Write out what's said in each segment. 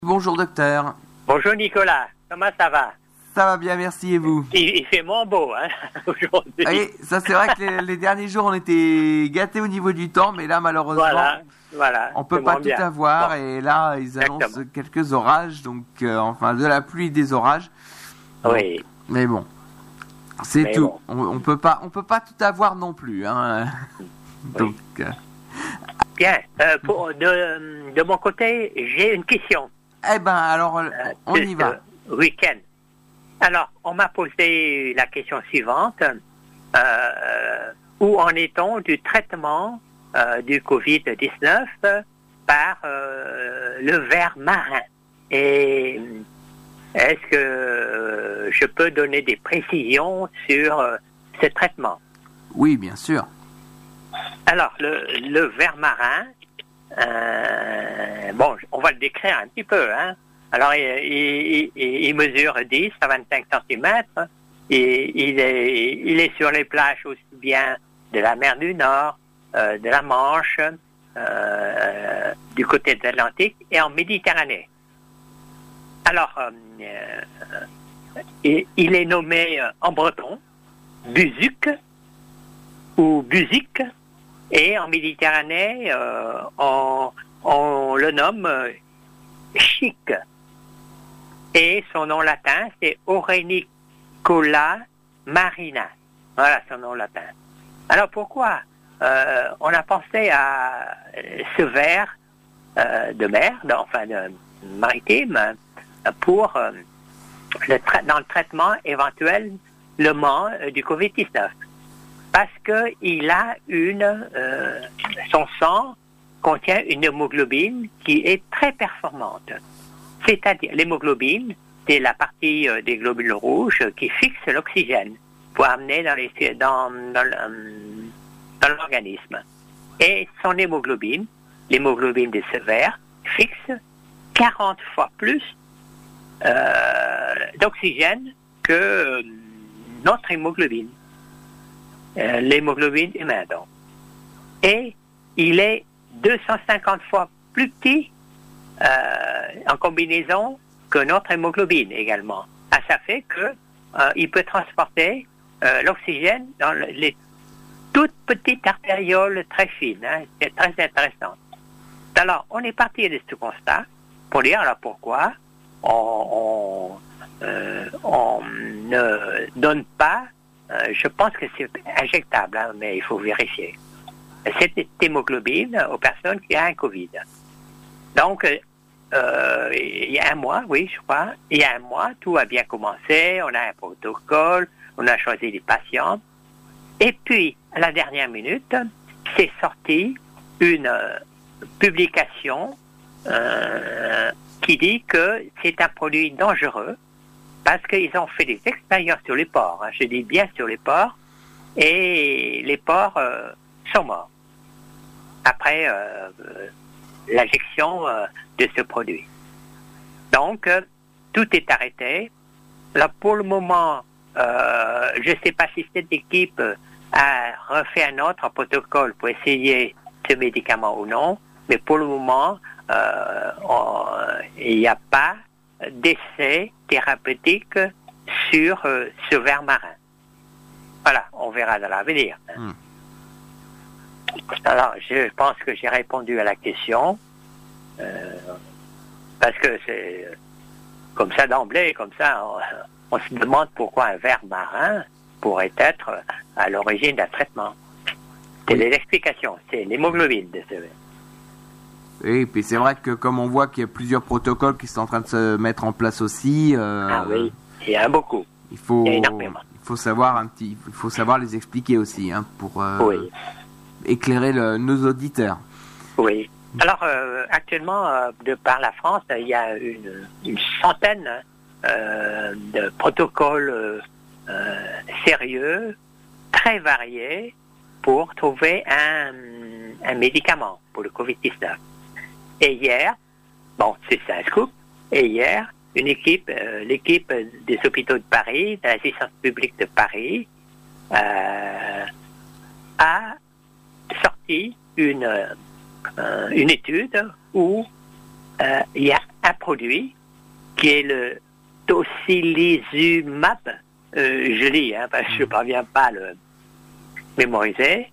Bonjour docteur. Bonjour Nicolas, comment ça va? Ça va bien, merci, et vous? Il fait moins beau aujourd'hui. Oui, ça c'est vrai que les derniers jours on était gâtés au niveau du temps, mais là malheureusement voilà, on peut pas tout avoir. Bon. Et là ils annoncent quelques orages, donc enfin de la pluie et des orages. Donc, oui. Mais bon, c'est tout. Bon. On peut pas tout avoir non plus. Hein. Donc. Bien. De mon côté, j'ai une question. Eh ben alors on y va. Week-end. Alors, on m'a posé la question suivante. Où en est-on du traitement du Covid-19 par le ver marin? Et est-ce que je peux donner des précisions sur ce traitement? Oui, bien sûr. Alors, le ver marin, bon, on va le décrire un petit peu, hein. Alors, il mesure 10 à 25 cm. Et il est sur les plages aussi bien de la mer du Nord, de la Manche, du côté de l'Atlantique et en Méditerranée. Alors, il est nommé en breton Buzuc ou Buzic, et en Méditerranée, on le nomme Chic. Et son nom latin, c'est Aurenicola marina. Voilà son nom latin. Alors pourquoi on a pensé à ce ver de mer, enfin de maritime, pour dans le traitement éventuellement du Covid-19? Parce que il a son sang contient une hémoglobine qui est très performante. C'est-à-dire, l'hémoglobine, c'est la partie des globules rouges qui fixe l'oxygène pour amener dans l'organisme. Et son hémoglobine, l'hémoglobine de ce ver, fixe 40 fois plus d'oxygène que notre hémoglobine, l'hémoglobine humaine. Donc. Et il est 250 fois plus petit en combinaison que notre hémoglobine également. Ça fait que il peut transporter l'oxygène dans les toutes petites artérioles très fines. Hein. C'est très intéressant. Alors, on est parti de ce constat pour dire alors pourquoi on ne donne pas, je pense que c'est injectable, hein, mais il faut vérifier, cette hémoglobine aux personnes qui ont un Covid. Donc, il y a un mois, oui, je crois, il y a un mois, tout a bien commencé, on a un protocole, on a choisi des patients, et puis, à la dernière minute, c'est sorti une publication qui dit que c'est un produit dangereux, parce qu'ils ont fait des expériences sur les porcs, hein, je dis bien sur les porcs, et les porcs sont morts après l'injection de ce produit. Donc, tout est arrêté. Là, pour le moment, je ne sais pas si cette équipe a refait un autre protocole pour essayer ce médicament ou non, mais pour le moment, il n'y a pas d'essai thérapeutique sur ce ver marin. Voilà, on verra dans l'avenir. Alors, je pense que j'ai répondu à la question, parce que c'est comme ça d'emblée, comme ça, on se demande pourquoi un ver marin pourrait être à l'origine d'un traitement. C'est l'explication, c'est l'hémoglobine de ce ver. Oui, et puis c'est vrai que comme on voit qu'il y a plusieurs protocoles qui sont en train de se mettre en place aussi. Ah oui, il y a beaucoup. Il y a énormément. Il faut savoir les expliquer aussi, hein, pour éclairer nos auditeurs. Oui. Alors actuellement, de par la France, il y a une centaine de protocoles sérieux, très variés, pour trouver un médicament pour le Covid-19. Et hier, bon, c'est un scoop, et hier, l'équipe des hôpitaux de Paris, de l'assistance publique de Paris, a sorti une étude où il y a un produit qui est le tocilizumab, je lis, parce que je ne parviens pas à le mémoriser,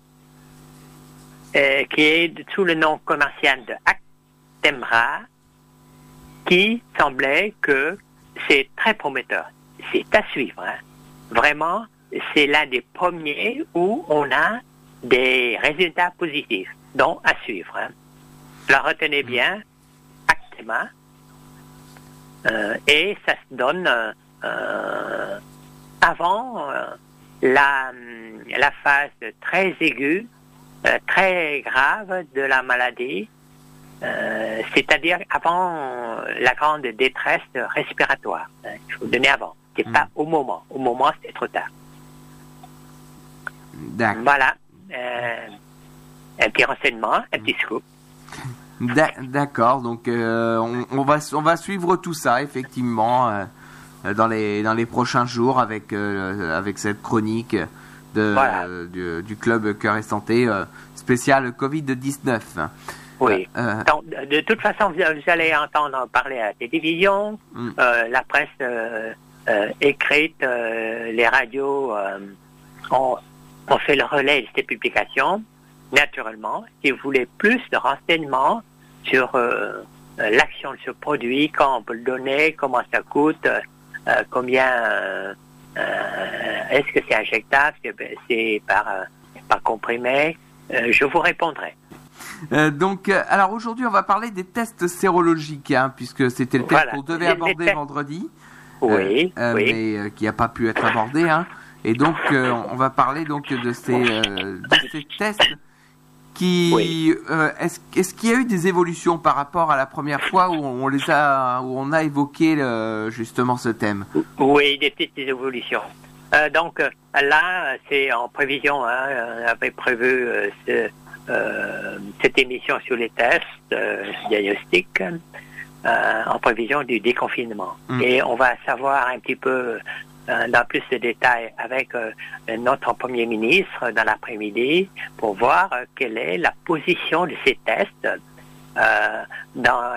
qui est sous le nom commercial de Actemra, qui semblait que c'est très prometteur. C'est à suivre. Vraiment, c'est l'un des premiers où on a des résultats positifs, donc à suivre. Alors retenez bien, Actemra, et ça se donne avant la phase très aiguë, très grave de la maladie, c'est-à-dire avant la grande détresse respiratoire. Il faut donner avant, c'est pas au moment. Au moment, c'est trop tard. D'accord. Voilà, un petit renseignement, un petit scoop. D'accord, donc on va suivre tout ça effectivement dans les prochains jours avec cette chronique du club Cœur et Santé spécial Covid-19. Oui. Donc, de toute façon, vous allez entendre parler à la télévision, la presse écrite, les radios ont fait le relais de ces publications. Naturellement, si vous voulez plus de renseignements sur l'action de ce produit, quand on peut le donner, comment ça coûte, combien est-ce que c'est injectable, c'est par comprimé, je vous répondrai. Alors aujourd'hui, on va parler des tests sérologiques, puisque c'était le thème qu'on devait aborder vendredi, oui. mais qui n'a pas pu être abordé. Et donc, on va parler donc de ces tests. Est-ce qu'il y a eu des évolutions par rapport à la première fois où on a évoqué justement ce thème? Oui, des petites évolutions. Donc là, c'est en prévision. On avait prévu cette émission sur les tests diagnostiques en prévision du déconfinement. Et on va savoir un petit peu dans plus de détails avec notre Premier ministre dans l'après-midi pour voir quelle est la position de ces tests dans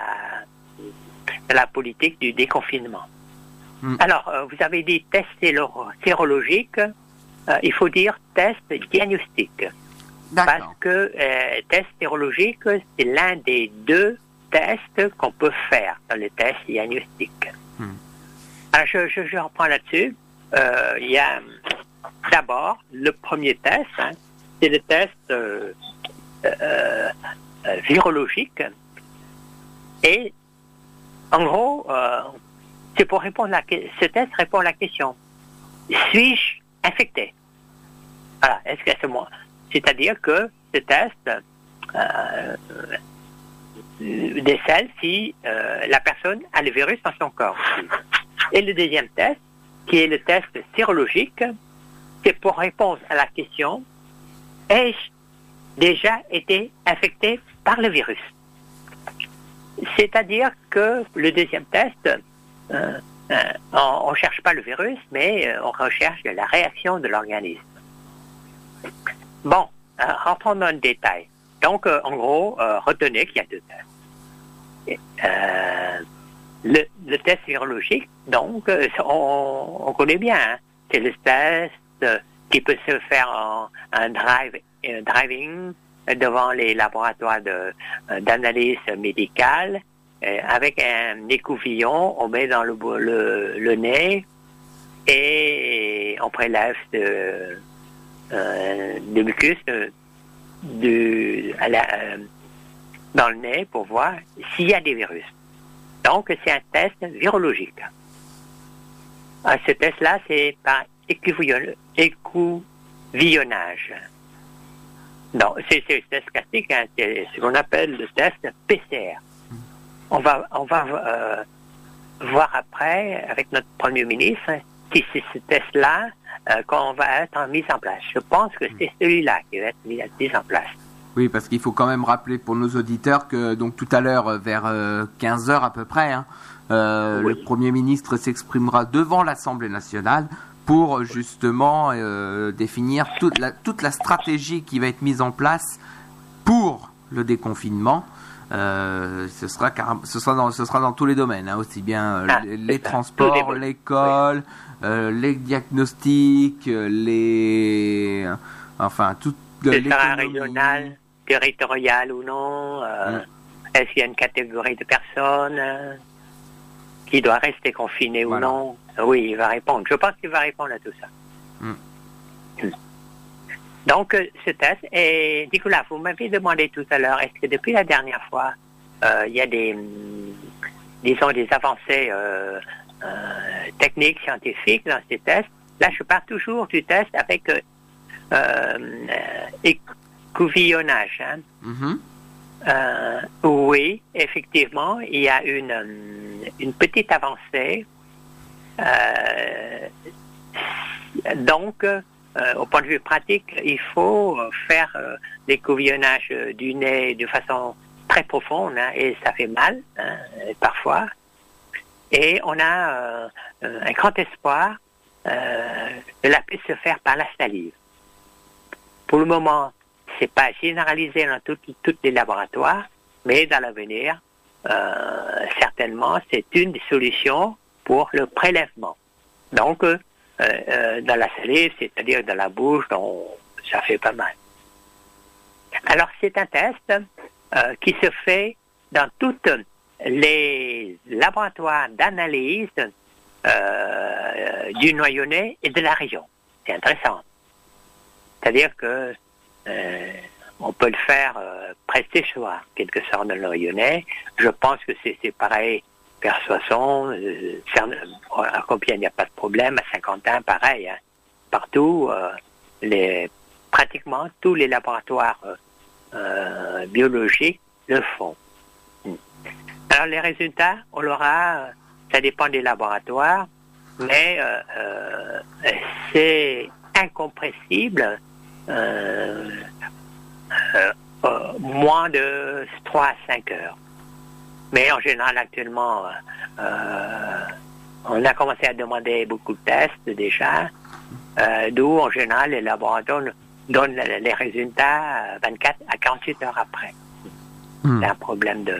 la politique du déconfinement. Alors, vous avez dit tests sérologiques, il faut dire tests diagnostiques. Parce que test sérologique, c'est l'un des deux tests qu'on peut faire dans les tests diagnostiques. Alors, je reprends là-dessus. Il y a d'abord le premier test, c'est le test virologique. Et en gros, c'est pour répondre ce test répond à la question: suis-je infecté? Voilà, est-ce que c'est moi? C'est-à-dire que ce test décèle si la personne a le virus dans son corps. Et le deuxième test, qui est le test sérologique, c'est pour répondre à la question: ai-je déjà été infecté par le virus? C'est-à-dire que le deuxième test, on ne cherche pas le virus, mais on recherche la réaction de l'organisme. Bon, rentrons dans le détail. Donc, en gros, retenez qu'il y a deux tests. Le test virologique, donc, on connaît bien. C'est le test qui peut se faire en driving devant les laboratoires d'analyse médicale. Avec un écouvillon, on met dans le nez et on prélève le mucus dans le nez pour voir s'il y a des virus. Donc, c'est un test virologique. Ce test-là, c'est par écouvillonnage. Non, c'est le test classique, c'est ce qu'on appelle le test PCR. On va voir après, avec notre Premier ministre, si c'est ce test-là qu'on va être mis en place. Je pense que c'est celui-là qui va être mis en place. Oui, parce qu'il faut quand même rappeler pour nos auditeurs que donc tout à l'heure, vers 15h à peu près, le Premier ministre s'exprimera devant l'Assemblée nationale pour justement définir toute la stratégie qui va être mise en place pour le déconfinement. ce sera dans tous les domaines, hein, aussi bien les transports, l'école, les diagnostics, toute l'économie. Ce sera régional, territorial ou non. Est-ce qu'il y a une catégorie de personnes qui doit rester confinée ou non? Oui, il va répondre. Je pense qu'il va répondre à tout ça. Donc, ce test, et Nicolas, vous m'avez demandé tout à l'heure, est-ce que depuis la dernière fois, il y a des avancées techniques, scientifiques dans ces tests? Là, je pars toujours du test avec écouvillonnage. Oui, effectivement, il y a une petite avancée. Donc, au point de vue pratique, il faut faire l'écouvillonnage du nez de façon très profonde, hein, et ça fait mal, hein, parfois. Et on a un grand espoir de la puisse se faire par la salive. Pour le moment, c'est pas généralisé dans tous les laboratoires, mais dans l'avenir, certainement, c'est une des solutions pour le prélèvement. Donc, dans la salive, c'est-à-dire dans la bouche, ça fait pas mal. Alors, c'est un test qui se fait dans tous les laboratoires d'analyse du noyaunet et de la région. C'est intéressant. C'est-à-dire que on peut le faire presque ce soir, quelque sorte de noyaunet. Je pense que c'est pareil vers Soissons, à Compiègne, il n'y a pas de problème, à Saint-Quentin, pareil. Hein. Partout, pratiquement tous les laboratoires biologiques le font. Alors les résultats, on l'aura, ça dépend des laboratoires, mais c'est incompressible, moins de 3 à 5 heures. Mais en général, actuellement, on a commencé à demander beaucoup de tests déjà, d'où en général les laboratoires donnent les résultats 24 à 48 heures après. C'est un problème de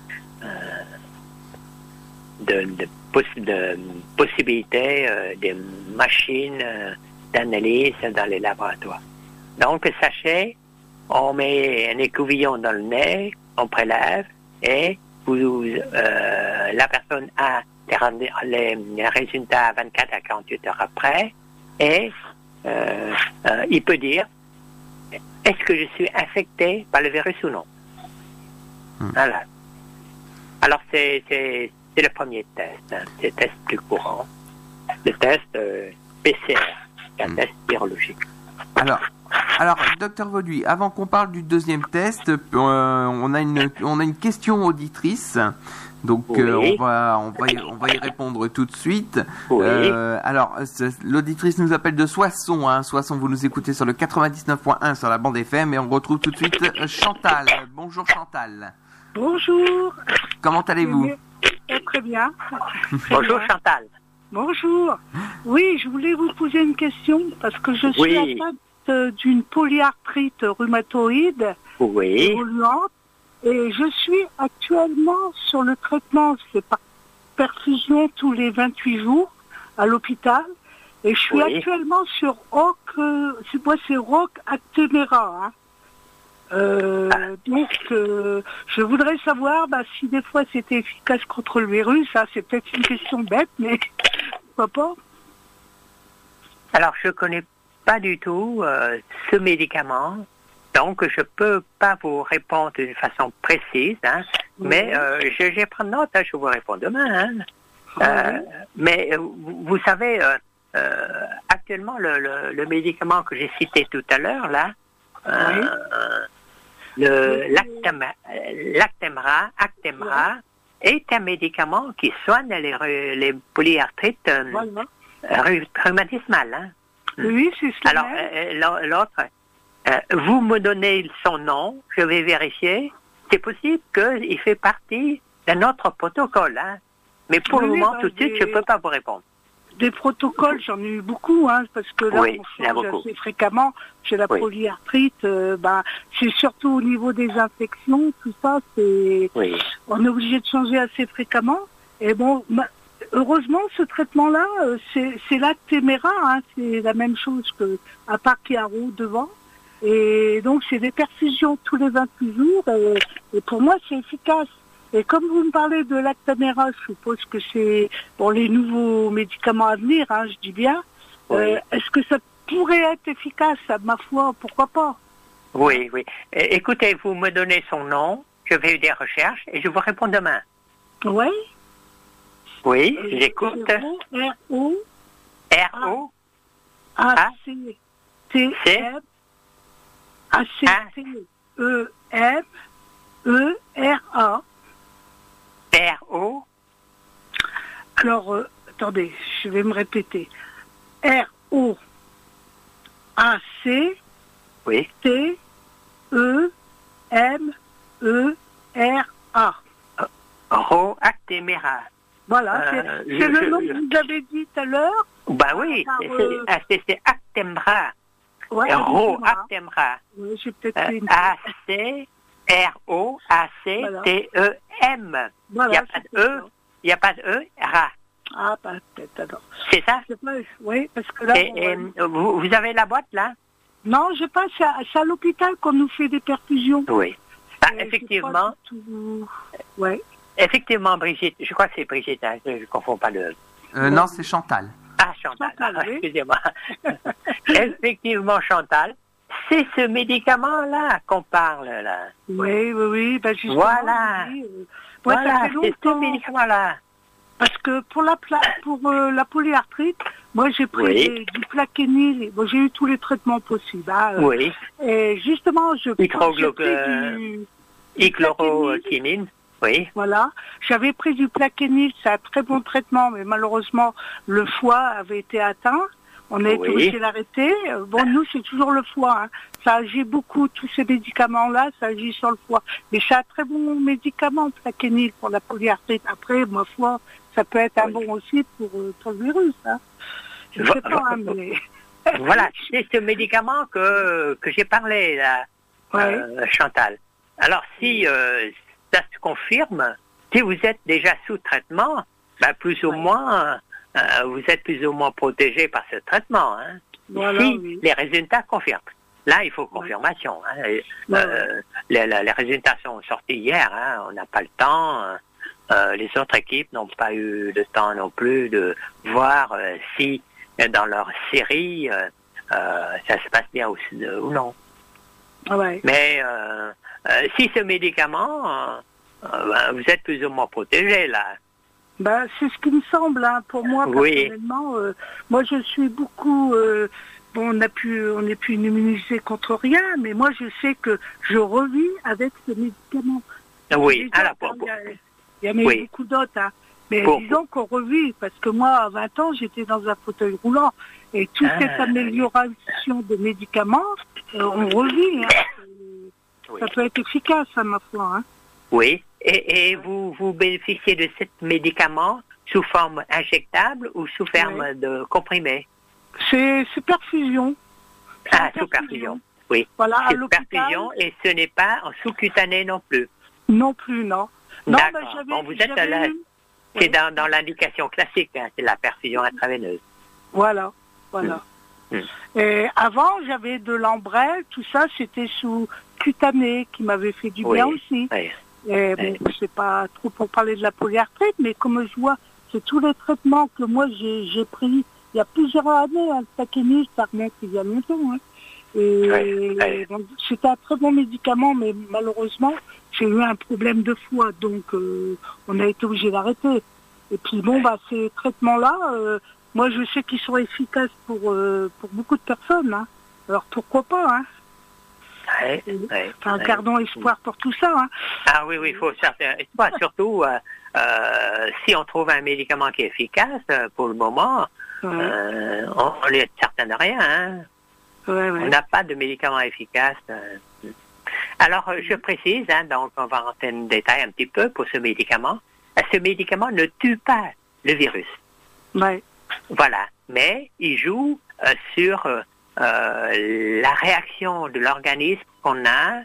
possibilité des machines d'analyse dans les laboratoires. Donc, sachez, on met un écouvillon dans le nez, on prélève et la personne a les résultats 24 à 48 heures après et il peut dire est-ce que je suis infecté par le virus ou non. Voilà. Alors c'est le premier test, hein. C'est le test plus courant, le test PCR, un test virologique. Alors, docteur Vauduit, avant qu'on parle du deuxième test, on a une question auditrice, donc oui. on va y répondre tout de suite. Oui. Alors, l'auditrice nous appelle de Soissons, hein. Soissons, vous nous écoutez sur le 99.1 sur la bande FM, et on retrouve tout de suite Chantal. Bonjour Chantal. Bonjour. Comment allez-vous? Très bien. Bonjour Chantal. Bonjour. Oui, je voulais vous poser une question parce que je suis atteinte d'une polyarthrite rhumatoïde évoluante et je suis actuellement sur le traitement, c'est par perfusion tous les 28 jours à l'hôpital et je suis actuellement sur c'est Roc Actemera. Hein. Donc, je voudrais savoir si des fois c'était efficace contre le virus. Ça, c'est peut-être une question bête, mais pourquoi pas? Alors, je connais pas du tout ce médicament, donc je peux pas vous répondre d'une façon précise, hein, mais je vais prendre note, hein, je vous réponds demain. Hein. Mais vous savez, actuellement, le médicament que j'ai cité tout à l'heure, là, le Actemra est un médicament qui soigne les polyarthrites rhumatismales. Hein. Oui, c'est ça. Alors, l'autre, vous me donnez son nom, je vais vérifier. C'est possible qu'il fait partie d'un autre protocole. Hein. Mais pour le moment, tout de suite, je ne peux pas vous répondre. des protocoles, j'en ai eu beaucoup, hein, parce que là, on change assez fréquemment. Chez la polyarthrite, c'est surtout au niveau des infections, tout ça, on est obligé de changer assez fréquemment. Et bon, heureusement, ce traitement-là, c'est l'Actemera, hein, c'est la même chose que, à part qu'il y a un roux devant. Et donc, c'est des perfusions tous les 28 jours, et pour moi, c'est efficace. Et comme vous me parlez de l'Actemera, je suppose que c'est pour les nouveaux médicaments à venir, hein, je dis bien. Est-ce que ça pourrait être efficace, ma foi, pourquoi pas? Oui. Écoutez, vous me donnez son nom, je vais des recherches et je vous réponds demain. Oui. Oui, j'écoute. R-O. R-O. A-C-T-M. A-C-T-E-M-E-R-A. R-O. Alors, attendez, je vais me répéter. R-O-A-C. Oui. T-E-M-E-R-A. Ro-Actemera. Voilà, c'est le nom que vous avez dit tout à l'heure. Bah oui, c'est Actemra. Ouais, Ro-Actemera. Oui, j'ai peut-être fait une... A-C-R-O-A-C-T-E-M. Voilà, il n'y a pas de E, Ra. Ah, peut-être alors. C'est ça? Oui, parce que là... vous avez la boîte, là? Non, je pense c'est à l'hôpital qu'on nous fait des perfusions. Oui. Effectivement. Ouais. Effectivement, Brigitte. Je crois que c'est Brigitte, hein, je ne confonds pas le... Non, c'est Chantal. Ah, Chantal, oui. Excusez-moi. Effectivement, Chantal. C'est ce médicament-là qu'on parle, là. Oui. Voilà. Voilà, c'est ce médicament-là. Parce que pour la polyarthrite, moi j'ai pris du plaquenil. Bon, j'ai eu tous les traitements possibles. Hein, oui. Et justement, je pris du hydrochloroquinine. Oui. Voilà. J'avais pris du plaquenil, c'est un très bon traitement, mais malheureusement, le foie avait été atteint. On a été obligé de l'arrêter. Bon, nous, c'est toujours le foie. Hein. Ça agit beaucoup, tous ces médicaments-là, ça agit sur le foie. Mais c'est un très bon médicament, plaquenil, pour la polyarthrite. Après, ma foi, ça peut être un bon aussi pour le virus. Hein. Je ne sais pas, hein, mais... Voilà, c'est ce médicament que j'ai parlé, là, Chantal. Alors, si ça se confirme, si vous êtes déjà sous traitement, plus ou moins... vous êtes plus ou moins protégé par ce traitement, hein. Voilà, si les résultats confirment. Là, il faut confirmation. Hein. Les résultats sont sortis hier, hein. On n'a pas le temps. Les autres équipes n'ont pas eu le temps non plus de voir si dans leur série ça se passe bien ou non. Ouais. Mais si ce médicament, vous êtes plus ou moins protégé là. C'est ce qui me semble, hein. Pour moi, personnellement, moi je suis beaucoup, on n'est plus immunisé contre rien, mais moi je sais que je revis avec ce médicament. Oui, il y en a eu beaucoup d'autres, hein. Mais disons qu'on revit, parce que moi, à 20 ans, j'étais dans un fauteuil roulant, et toute cette amélioration de médicaments, on revit, hein. Ça peut être efficace, à ma foi, hein. Oui. Et vous bénéficiez de ce médicament sous forme injectable ou sous forme de comprimé? C'est perfusion. Sous perfusion. Oui. Voilà, c'est perfusion et ce n'est pas en sous-cutané non plus. Non plus, non. D'accord. Vous êtes c'est dans l'indication classique, hein, c'est la perfusion intraveineuse. Voilà. Et avant, j'avais de l'Ambrel, tout ça, c'était sous cutané qui m'avait fait du bien aussi. Oui. Et bon, c'est pas trop pour parler de la polyarthrite, mais comme je vois, c'est tous les traitements que moi j'ai pris il y a plusieurs années, hein, le plaquenil, ça remonte il y a longtemps. Hein. Et donc, c'était un très bon médicament, mais malheureusement, j'ai eu un problème de foie, donc on a été obligé d'arrêter. Et puis ces traitements-là, moi je sais qu'ils sont efficaces pour beaucoup de personnes. Hein. Alors pourquoi pas, hein. Gardons espoir pour tout ça. Hein. Ah oui, il faut espoir. Surtout si on trouve un médicament qui est efficace pour le moment, on n'est certain de rien. Hein. On n'a pas de médicament efficace. Alors, je précise, hein, donc on va rentrer en détail un petit peu pour ce médicament. Ce médicament ne tue pas le virus. Voilà. Mais il joue sur la réaction de l'organisme qu'on a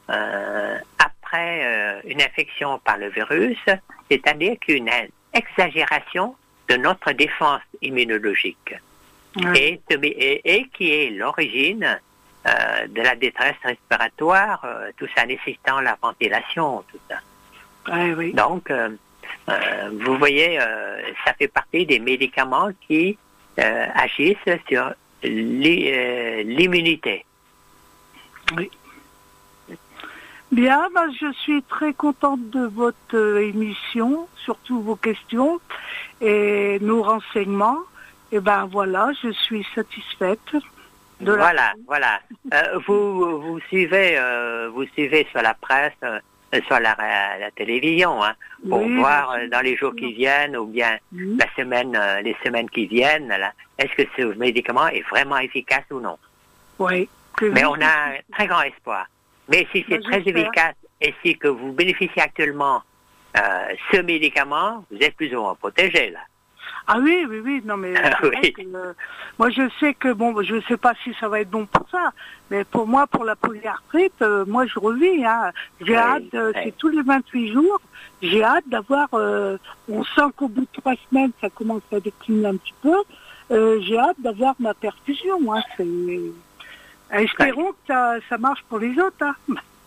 après une infection par le virus, c'est-à-dire qu'une exagération de notre défense immunologique. Et qui est l'origine de la détresse respiratoire, tout ça nécessitant la ventilation, tout ça. Oui. Donc, vous voyez, ça fait partie des médicaments qui agissent sur l'immunité. Oui. Bien, je suis très contente de votre émission, surtout vos questions et nos renseignements. Et voilà, je suis satisfaite. Voilà. Vous suivez sur la presse, sur la télévision, hein, pour voir dans les jours qui viennent ou bien les semaines qui viennent, là, est-ce que ce médicament est vraiment efficace ou non. Oui. Mais on a un très grand espoir. Mais si c'est très efficace et si que vous bénéficiez actuellement ce médicament, vous êtes plus ou moins protégé, là. Ah oui, non mais moi je sais que je ne sais pas si ça va être bon pour ça, mais pour moi, pour la polyarthrite, moi je revis, hein. J'ai hâte, c'est tous les 28 jours, j'ai hâte d'avoir, on sent qu'au bout de 3 semaines ça commence à décliner un petit peu, j'ai hâte d'avoir ma perfusion, hein. Espérons que ça marche pour les autres, hein.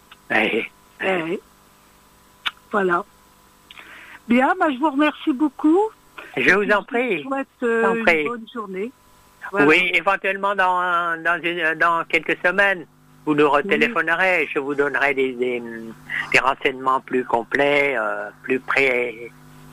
Voilà. Bien, je vous remercie beaucoup. Je vous en prie. Je vous souhaite une bonne journée. Voilà. Oui, éventuellement dans quelques semaines, vous nous retéléphonerez. Je vous donnerai des renseignements plus complets, plus précis.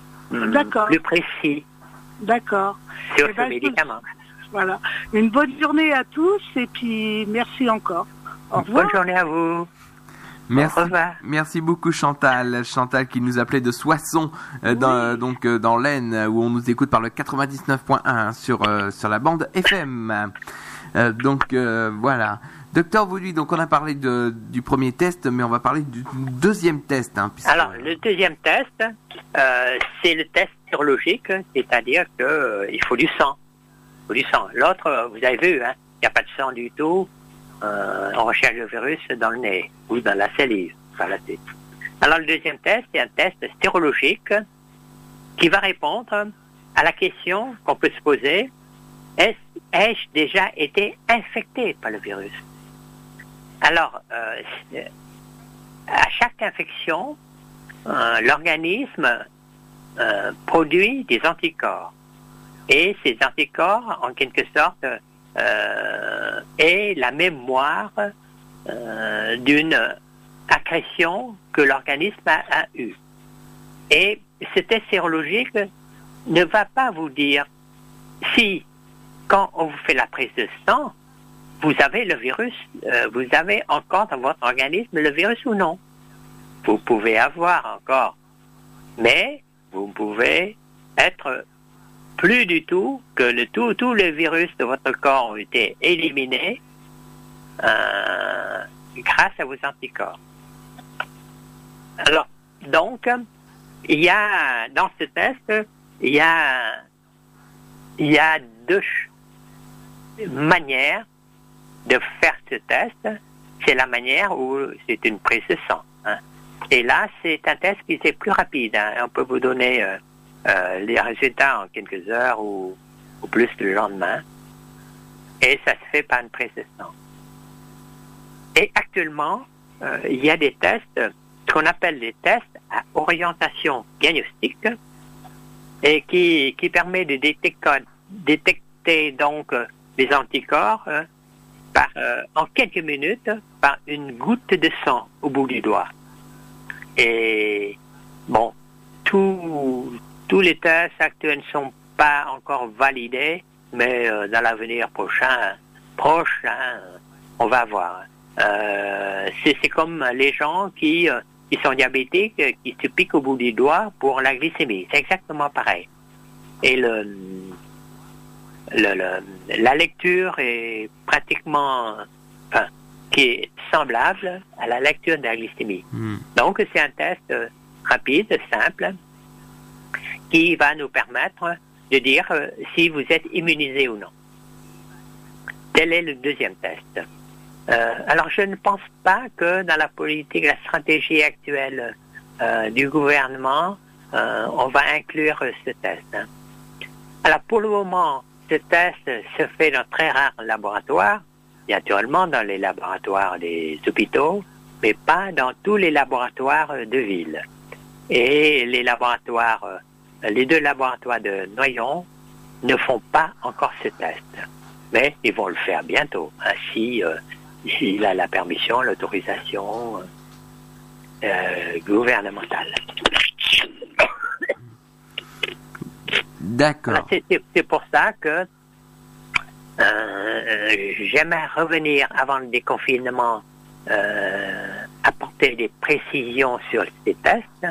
D'accord. Sur ce médicament. Voilà. Une bonne journée à tous et puis merci encore. Au revoir. Bonne journée à vous. Merci beaucoup Chantal qui nous appelait de Soissons, dans l'Aisne, où on nous écoute par le 99.1 sur la bande FM. Voilà. Docteur Vauduit, donc on a parlé du premier test, mais on va parler du deuxième test. Hein, Alors, le deuxième test, c'est le test sérologique, c'est-à-dire qu'il faut du sang. L'autre, vous avez vu, hein, il n'y a pas de sang du tout. On recherche le virus dans le nez ou dans la salive, par la tête. Alors le deuxième test, c'est un test sérologique qui va répondre à la question qu'on peut se poser: ai-je déjà été infecté par le virus? Alors, à chaque infection, l'organisme produit des anticorps. Et ces anticorps, en quelque sorte, est la mémoire d'une accrétion que l'organisme a eue. Et ce test sérologique ne va pas vous dire si, quand on vous fait la prise de sang, vous avez le virus, vous avez encore dans votre organisme le virus ou non. Vous pouvez avoir encore, mais vous pouvez être plus du tout, que tous les virus de votre corps ont été éliminés grâce à vos anticorps. Alors, donc, il y a, dans ce test, il y a 2 manières de faire ce test. C'est la manière où c'est une prise de sang. Hein. Et là, c'est un test qui est plus rapide. Hein. On peut vous donner les résultats en quelques heures ou plus le lendemain. Et ça se fait par une prise de sang. Et actuellement, il y a des tests, ce qu'on appelle des tests à orientation diagnostique, et qui permet de détecter donc les anticorps en quelques minutes par une goutte de sang au bout du doigt. Et bon, tous les tests actuels ne sont pas encore validés, mais dans l'avenir proche, on va voir. C'est comme les gens qui sont diabétiques, qui se piquent au bout du doigt pour la glycémie. C'est exactement pareil. Et la lecture est pratiquement, qui est semblable à la lecture de la glycémie. Donc c'est un test rapide, simple, qui va nous permettre de dire si vous êtes immunisé ou non. Tel est le deuxième test. Alors, je ne pense pas que dans la politique, la stratégie actuelle du gouvernement, on va inclure ce test. Alors, pour le moment, ce test se fait dans très rares laboratoires, naturellement dans les laboratoires des hôpitaux, mais pas dans tous les laboratoires de ville. Et les deux laboratoires de Noyon ne font pas encore ce test. Mais ils vont le faire bientôt, ainsi s'il a la permission, l'autorisation gouvernementale. D'accord. C'est pour ça que j'aimerais revenir avant le déconfinement, apporter des précisions sur ces tests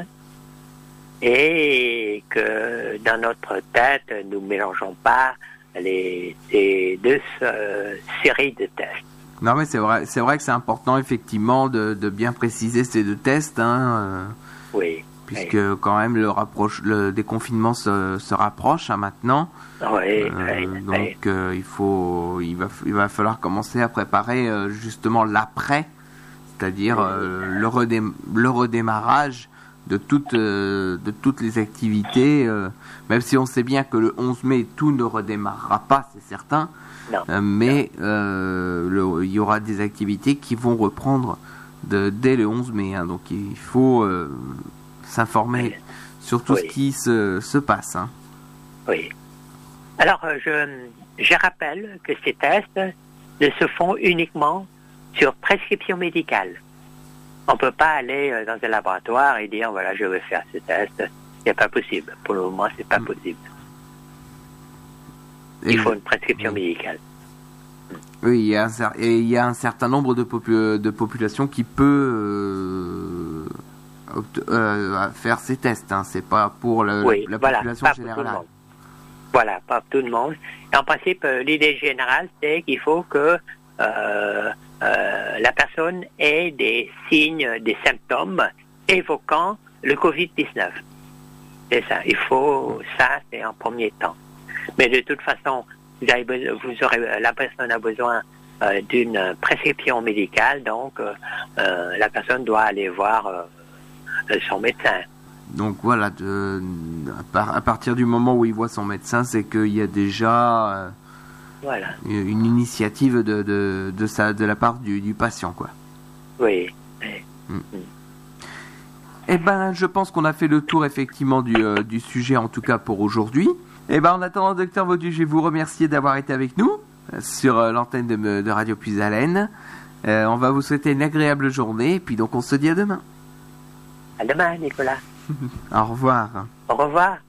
et que dans notre tête, nous ne mélangeons pas ces deux séries de tests. Non, mais c'est vrai que c'est important effectivement de bien préciser ces deux tests. Oui. Puisque quand même le déconfinement se rapproche maintenant. Oui. Donc il va falloir commencer à préparer justement l'après, c'est-à-dire le redémarrage de toutes les activités, même si on sait bien que le 11 mai tout ne redémarrera pas, c'est certain. Mais il y aura des activités qui vont reprendre dès le 11 mai. Donc il faut s'informer sur tout ce qui se passe. Oui. Alors, je rappelle que ces tests ne se font uniquement sur prescription médicale. On ne peut pas aller dans un laboratoire et dire, voilà, je vais faire ce test. C'est pas possible. Pour le moment, c'est pas possible. Il faut une prescription médicale. Oui, il y a un certain nombre de populations qui peut faire ces tests. C'est pas pour la population générale. Voilà, pas tout le monde. Et en principe, l'idée générale, c'est qu'il faut que la personne ait des signes, des symptômes évoquant le Covid-19. C'est ça. C'est en premier temps. Mais de toute façon, la personne a besoin d'une prescription médicale, donc la personne doit aller voir son médecin. Donc voilà, à partir du moment où il voit son médecin, c'est qu'il y a déjà une initiative de la part du patient, quoi. Oui. Eh ben, je pense qu'on a fait le tour effectivement du sujet, en tout cas pour aujourd'hui. Eh ben, en attendant, Docteur Baudu, je vais vous remercier d'avoir été avec nous sur l'antenne de Radio Puisalène. On va vous souhaiter une agréable journée, et puis donc on se dit à demain. À demain, Nicolas. Au revoir. Au revoir.